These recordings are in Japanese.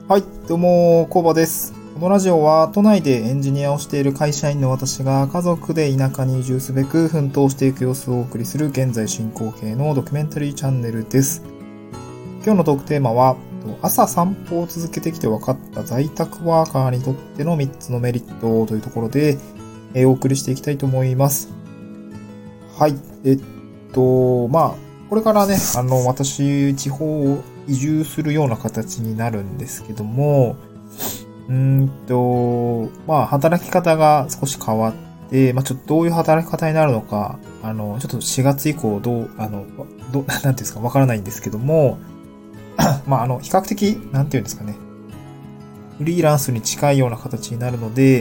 はい、どうも、コバです。このラジオは都内でエンジニアをしている会社員の私が家族で田舎に移住すべく奮闘していく様子をお送りする現在進行形のドキュメンタリーチャンネルです。今日のトークテーマは、朝散歩を続けてきて分かった在宅ワーカーにとっての3つのメリットというところで、お送りしていきたいと思います。はい、これからね、私、地方を移住するような形になるんですけども、働き方が少し変わって、ちょっとどういう働き方になるのか、ちょっと4月以降なんていうんですか、わからないんですけども、比較的、なんていうんですかね、フリーランスに近いような形になるので、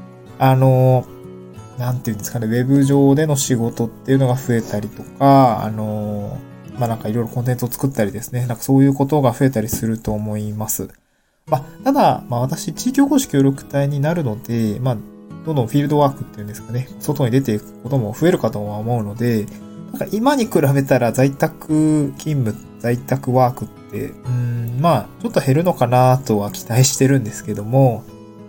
なんていうんですかね、ウェブ上での仕事っていうのが増えたりとか、いろいろコンテンツを作ったりですね、そういうことが増えたりすると思います。ただ、私、地域おこし協力隊になるので、どんどんフィールドワークっていうんですかね、外に出ていくことも増えるかとは思うので、今に比べたら在宅勤務、在宅ワークって、ちょっと減るのかなとは期待してるんですけども、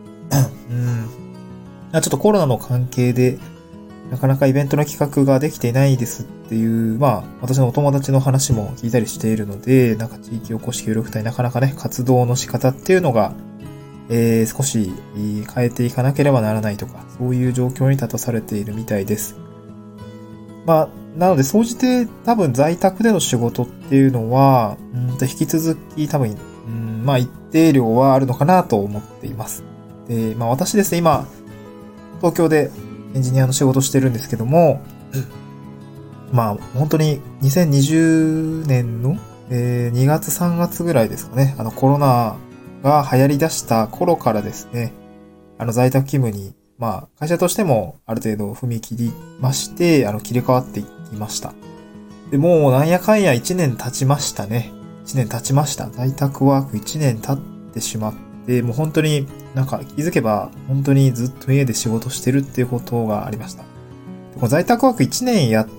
ちょっとコロナの関係で、なかなかイベントの企画ができていないですっていう、私のお友達の話も聞いたりしているので、地域おこし協力隊なかなかね、活動の仕方っていうのが、少し変えていかなければならないとか、そういう状況に立たされているみたいです。なので、総じて多分在宅での仕事っていうのは、引き続き多分、一定量はあるのかなと思っています。で、私ですね、今、東京でエンジニアの仕事してるんですけども、本当に2020年の、2月3月ぐらいですかね、コロナが流行り出した頃からですね、在宅勤務に、会社としてもある程度踏み切りまして、切り替わっていきました。で、もうなんやかんや1年経ちましたね。1年経ちました。在宅ワーク1年経ってしまって、もう本当に気づけば本当にずっと家で仕事してるっていうことがありました。この在宅ワーク1年やって、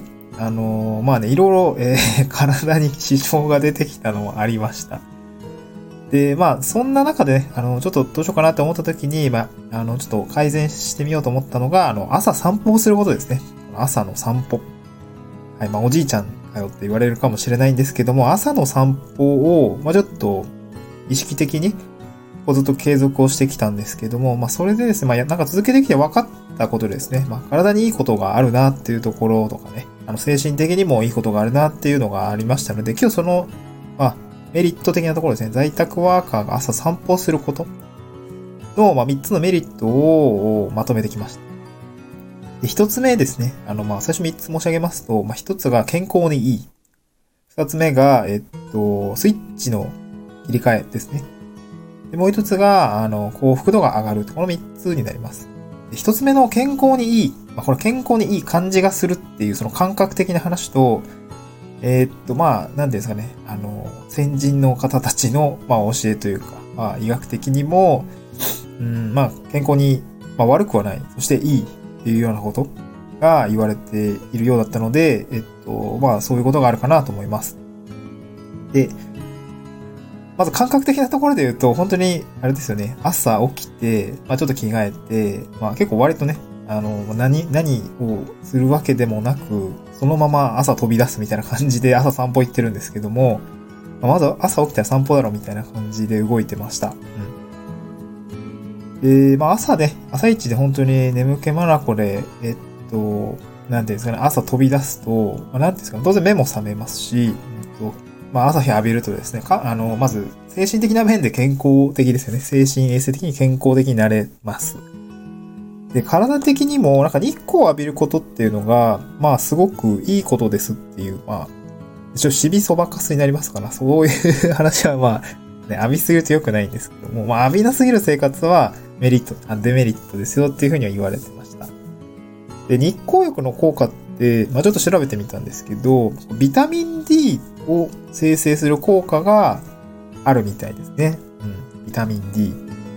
いろいろ、体に支障が出てきたのもありました。で、そんな中で、ちょっとどうしようかなって思った時に、ちょっと改善してみようと思ったのが、朝散歩をすることですね。朝の散歩。はい、おじいちゃんかよって言われるかもしれないんですけども、朝の散歩を、ちょっと意識的に、ずっと継続をしてきたんですけども、それでですね、続けてきて分かったことですね。体にいいことがあるなっていうところとかね、精神的にもいいことがあるなっていうのがありましたので、今日その、メリット的なところですね、在宅ワーカーが朝散歩することの、3つのメリットをまとめてきました。で、1つ目ですね、最初3つ申し上げますと、1つが健康にいい。2つ目が、スイッチの切り替えですね。で、もう一つが、幸福度が上がる。この3つになります。で、1つ目の健康にいい。これ健康にいい感じがするっていうその感覚的な話と、なんていうんですかね。先人の方たちの、教えというか、医学的にも、健康に、悪くはない。そしていいっていうようなことが言われているようだったので、そういうことがあるかなと思います。で、まず感覚的なところで言うと、本当に、あれですよね、朝起きて、ちょっと着替えて、結構割とね、何をするわけでもなく、そのまま朝飛び出すみたいな感じで朝散歩行ってるんですけども、まず朝起きたら散歩だろみたいな感じで動いてました。で、朝一で本当に眠気まなこで、なんていうんですかね、朝飛び出すと、なんていうんですかね、当然目も覚めますし、朝日浴びるとですね、まず、精神的な面で健康的ですよね。精神衛生的に健康的になれます。で、体的にも、日光を浴びることっていうのが、すごくいいことですっていう、一応、シビそばかすになりますから、そういう話は浴びすぎると良くないんですけども、浴びなすぎる生活はメリット、デメリットですよっていうふうには言われてました。で、日光浴の効果って、ちょっと調べてみたんですけど、ビタミン D を生成する効果があるみたいですね。ビタミン D。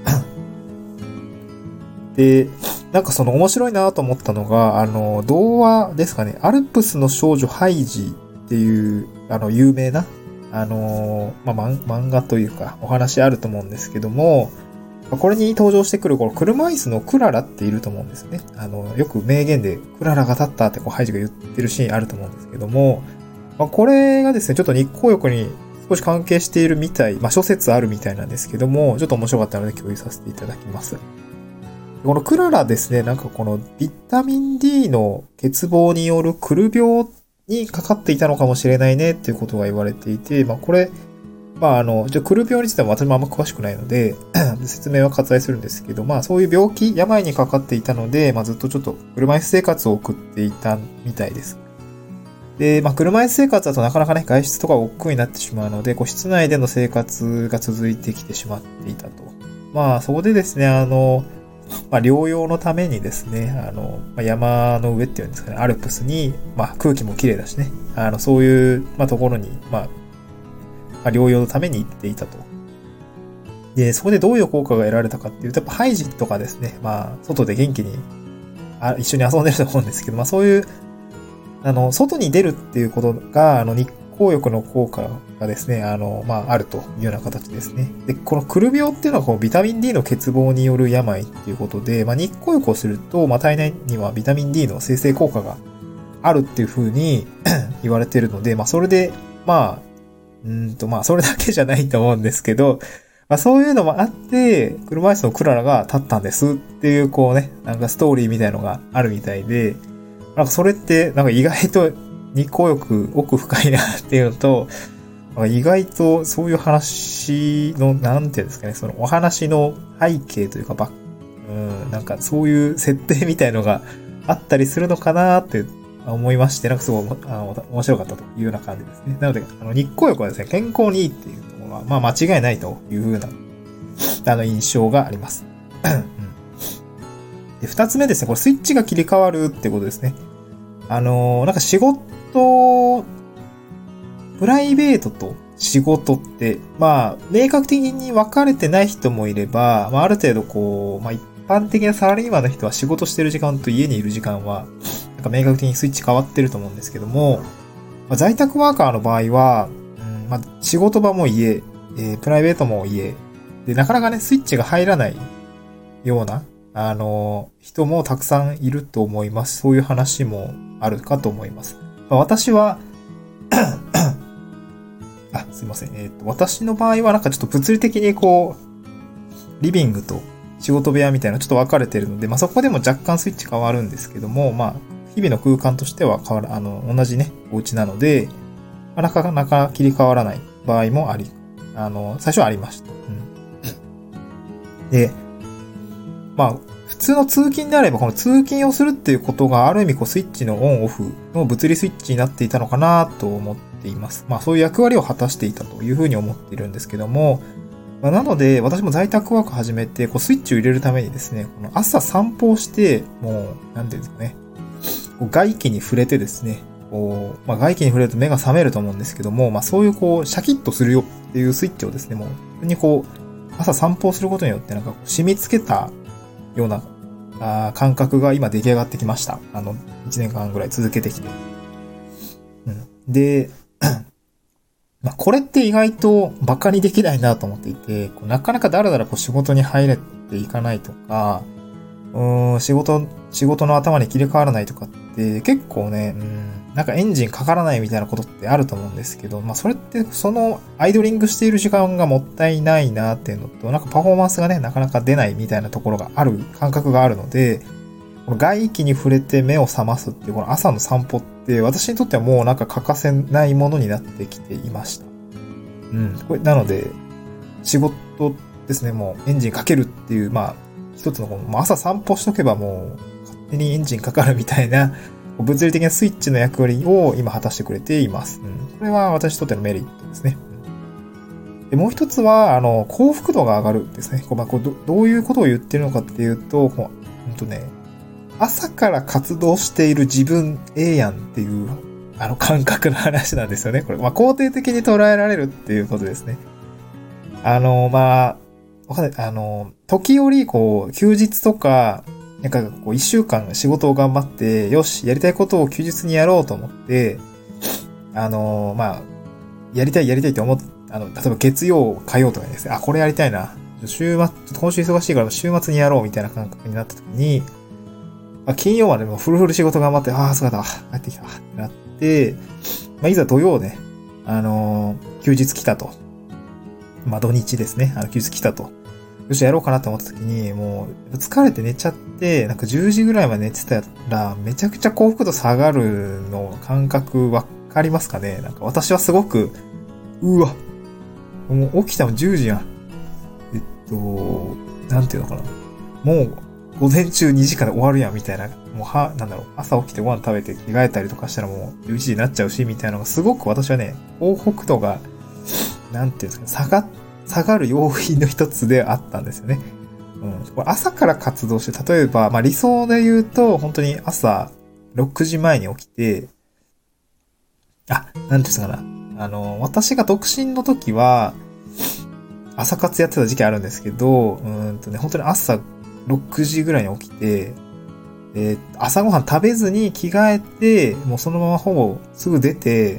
で、その面白いなと思ったのが、童話ですかね。アルプスの少女ハイジっていう、有名な、 漫画というか、お話あると思うんですけども、これに登場してくる、この車椅子のクララっていると思うんですね。よく名言で、クララが立ったってハイジが言ってるシーンあると思うんですけども、これがですね、ちょっと日光浴に少し関係しているみたい、諸説あるみたいなんですけども、ちょっと面白かったので共有させていただきます。このクララですね、なんかこのビタミン D の欠乏によるくる病にかかっていたのかもしれないねっていうことが言われていて、これ、くる病については私もあんま詳しくないので、説明は割愛するんですけど、そういう病気、病にかかっていたので、ずっとちょっと車椅子生活を送っていたみたいです。で、車椅子生活だとなかなかね、外出とか億劫になってしまうので、室内での生活が続いてきてしまっていたと。そこでですね、療養のためにですね、山の上っていうんですかね、アルプスに、空気も綺麗だしね、そういう、ところに、療養のために行っていたと。で、そこでどういう効果が得られたかっていうと、やっぱハイジとかですね、外で元気に、一緒に遊んでると思うんですけど、そういう、外に出るっていうことが、日光浴の効果がですね、あるというような形ですね。で、このくる病っていうのは、ビタミン D の欠乏による病っていうことで、日光浴をすると、体内にはビタミン D の生成効果があるっていう風に言われているので、それで、それだけじゃないと思うんですけど、そういうのもあって、車椅子のクララが立ったんですっていう、なんかストーリーみたいのがあるみたいで、それって、意外と日光浴奥深いなっていうのと、意外とそういう話の、なんていうんですかね、そのお話の背景というか、なんかそういう設定みたいのがあったりするのかなって思いまして、すごい面白かったというような感じですね。なので、日光浴はですね、健康にいいっていうところは、間違いないというふうな、印象があります。で、二つ目ですね、これスイッチが切り替わるってことですね。なんか仕事、プライベートと仕事って、明確的に分かれてない人もいれば、ある程度一般的なサラリーマンの人は仕事してる時間と家にいる時間は、明確的にスイッチ変わってると思うんですけども、在宅ワーカーの場合は、仕事場も家、プライベートも家、で、なかなかね、スイッチが入らないような、人もたくさんいると思います。そういう話もあるかと思います。私はすいません。私の場合はなんかちょっと物理的にリビングと仕事部屋みたいなちょっと分かれてるので、そこでも若干スイッチ変わるんですけども、日々の空間としては同じね、お家なので、なかなか切り替わらない場合も最初はありました。で、普通の通勤であれば、この通勤をするっていうことがある意味スイッチのオンオフの物理スイッチになっていたのかなと思っています。そういう役割を果たしていたというふうに思っているんですけども、なので、私も在宅ワーク始めて、スイッチを入れるためにですね、この朝散歩をして、もう、なんていうんですかね、外気に触れてですね、外気に触れると目が覚めると思うんですけども、そういうシャキッとするよっていうスイッチをですね、もう、に朝散歩をすることによって染み付けたような感覚が今出来上がってきました。1年間ぐらい続けてきて。で、これって意外と馬鹿にできないなと思っていて、なかなかだらだら仕事に入れていかないとか、仕事の頭に切り替わらないとかって結構ね、なんかエンジンかからないみたいなことってあると思うんですけど、それってそのアイドリングしている時間がもったいないなっていうのと、なんかパフォーマンスがね、なかなか出ないみたいなところがある、感覚があるので、この外気に触れて目を覚ますっていうこの朝の散歩って私にとってはもうなんか欠かせないものになってきていました。これなので、仕事ですね、もうエンジンかけるっていう、一つの朝散歩しとけばもう勝手にエンジンかかるみたいな物理的なスイッチの役割を今果たしてくれています。これは私にとってのメリットですね。で、もう一つは、幸福度が上がるですね。どういうことを言ってるのかっていうと、朝から活動している自分やんっていう、感覚の話なんですよね。これ、肯定的に捉えられるっていうことですね。時折、休日とか、なんか一週間仕事を頑張って、よし、やりたいことを休日にやろうと思って、 やりたいって思っ、例えば月曜、火曜とかにですね、これやりたいな。週末、今週忙しいから週末にやろうみたいな感覚になった時に、金曜までもフルフル仕事頑張って、そうだわ、帰ってきたわ、ってなって、いざ土曜ね、休日来たと。土日ですね、休日来たと。よし、やろうかなと思った時に、もう、疲れて寝ちゃって、なんか10時ぐらいまで寝てたら、めちゃくちゃ幸福度下がるの感覚わかりますかね？なんか私はすごく、うわ、もう起きたの10時やん。なんていうのかな。もう、午前中2時間で終わるやんみたいな、もう朝起きてご飯食べて着替えたりとかしたらもう11時になっちゃうし、みたいなのがすごく私はね、幸福度が、なんていうんですか、下がる要因の一つであったんですよね。朝から活動して、例えば、理想で言うと、本当に朝6時前に起きて、なんていうんですかな。私が独身の時は、朝活やってた時期あるんですけど、本当に朝6時ぐらいに起きて、朝ごはん食べずに着替えて、もうそのままほぼすぐ出て、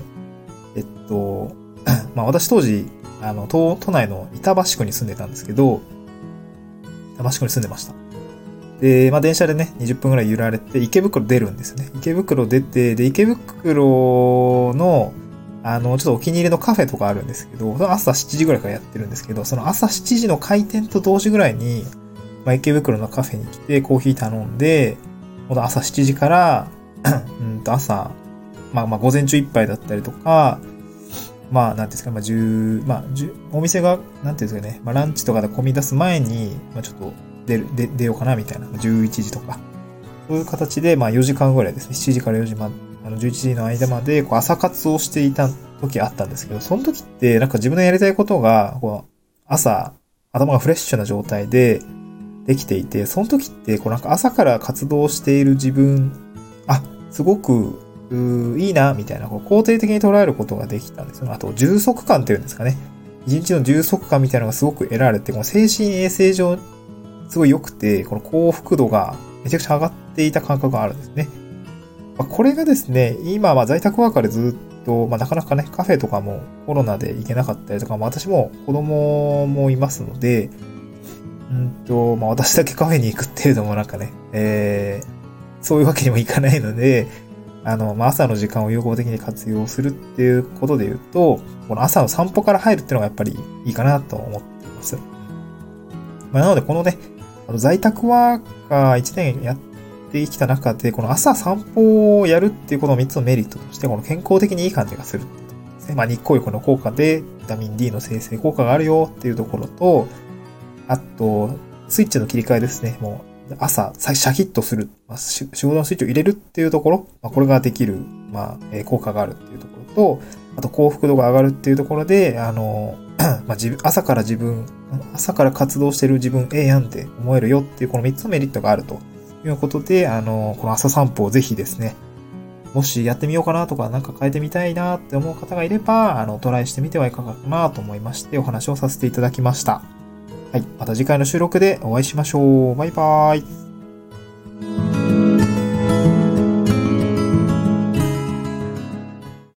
私当時、都内の板橋区に住んでたんですけど、板橋区に住んでました。で、電車でね、20分ぐらい揺られて、池袋出るんですね。池袋出て、で、池袋の、ちょっとお気に入りのカフェとかあるんですけど、朝7時ぐらいからやってるんですけど、その朝7時の開店と同時ぐらいに、池袋のカフェに来てコーヒー頼んで、朝7時から、朝、午前中一杯だったりとか、なんていうんですか、お店が、なんていうんですかね、ランチとかで混み出す前に、ちょっと出ようかなみたいな、11時とか。そういう形で、4時間ぐらいですね、7時から4時まで、11時の間まで、朝活をしていた時あったんですけど、その時って、なんか自分のやりたいことが、朝、頭がフレッシュな状態でできていて、その時って、なんか朝から活動している自分、すごく、いいな、みたいな、肯定的に捉えることができたんですよ。あと、充足感っていうんですかね。一日の充足感みたいなのがすごく得られて、この精神衛生上、すごい良くて、この幸福度がめちゃくちゃ上がっていた感覚があるんですね。これがですね、今は在宅ワーカーでずっと、なかなかね、カフェとかもコロナで行けなかったりとか、私も子供もいますので、私だけカフェに行くっていうのもなんかね、そういうわけにもいかないので、朝の時間を有効的に活用するっていうことで言うと、この朝の散歩から入るっていうのがやっぱりいいかなと思っています。なので、このね、在宅ワーカー1年やってきた中で、この朝散歩をやるっていうこの3つのメリットとして、この健康的にいい感じがするっていうところですね。日光浴の効果でビタミン D の生成効果があるよっていうところと、あと、スイッチの切り替えですね。もう、朝、シャキッとする。仕事のスイッチを入れるっていうところ、これができる、効果があるっていうところと、あと幸福度が上がるっていうところで、朝から活動してる自分、やんって思えるよっていうこの3つのメリットがあるということで、この朝散歩をぜひですね、もしやってみようかなとか、なんか変えてみたいなって思う方がいれば、トライしてみてはいかがかなと思いましてお話をさせていただきました。はい。また次回の収録でお会いしましょう。バイバーイ。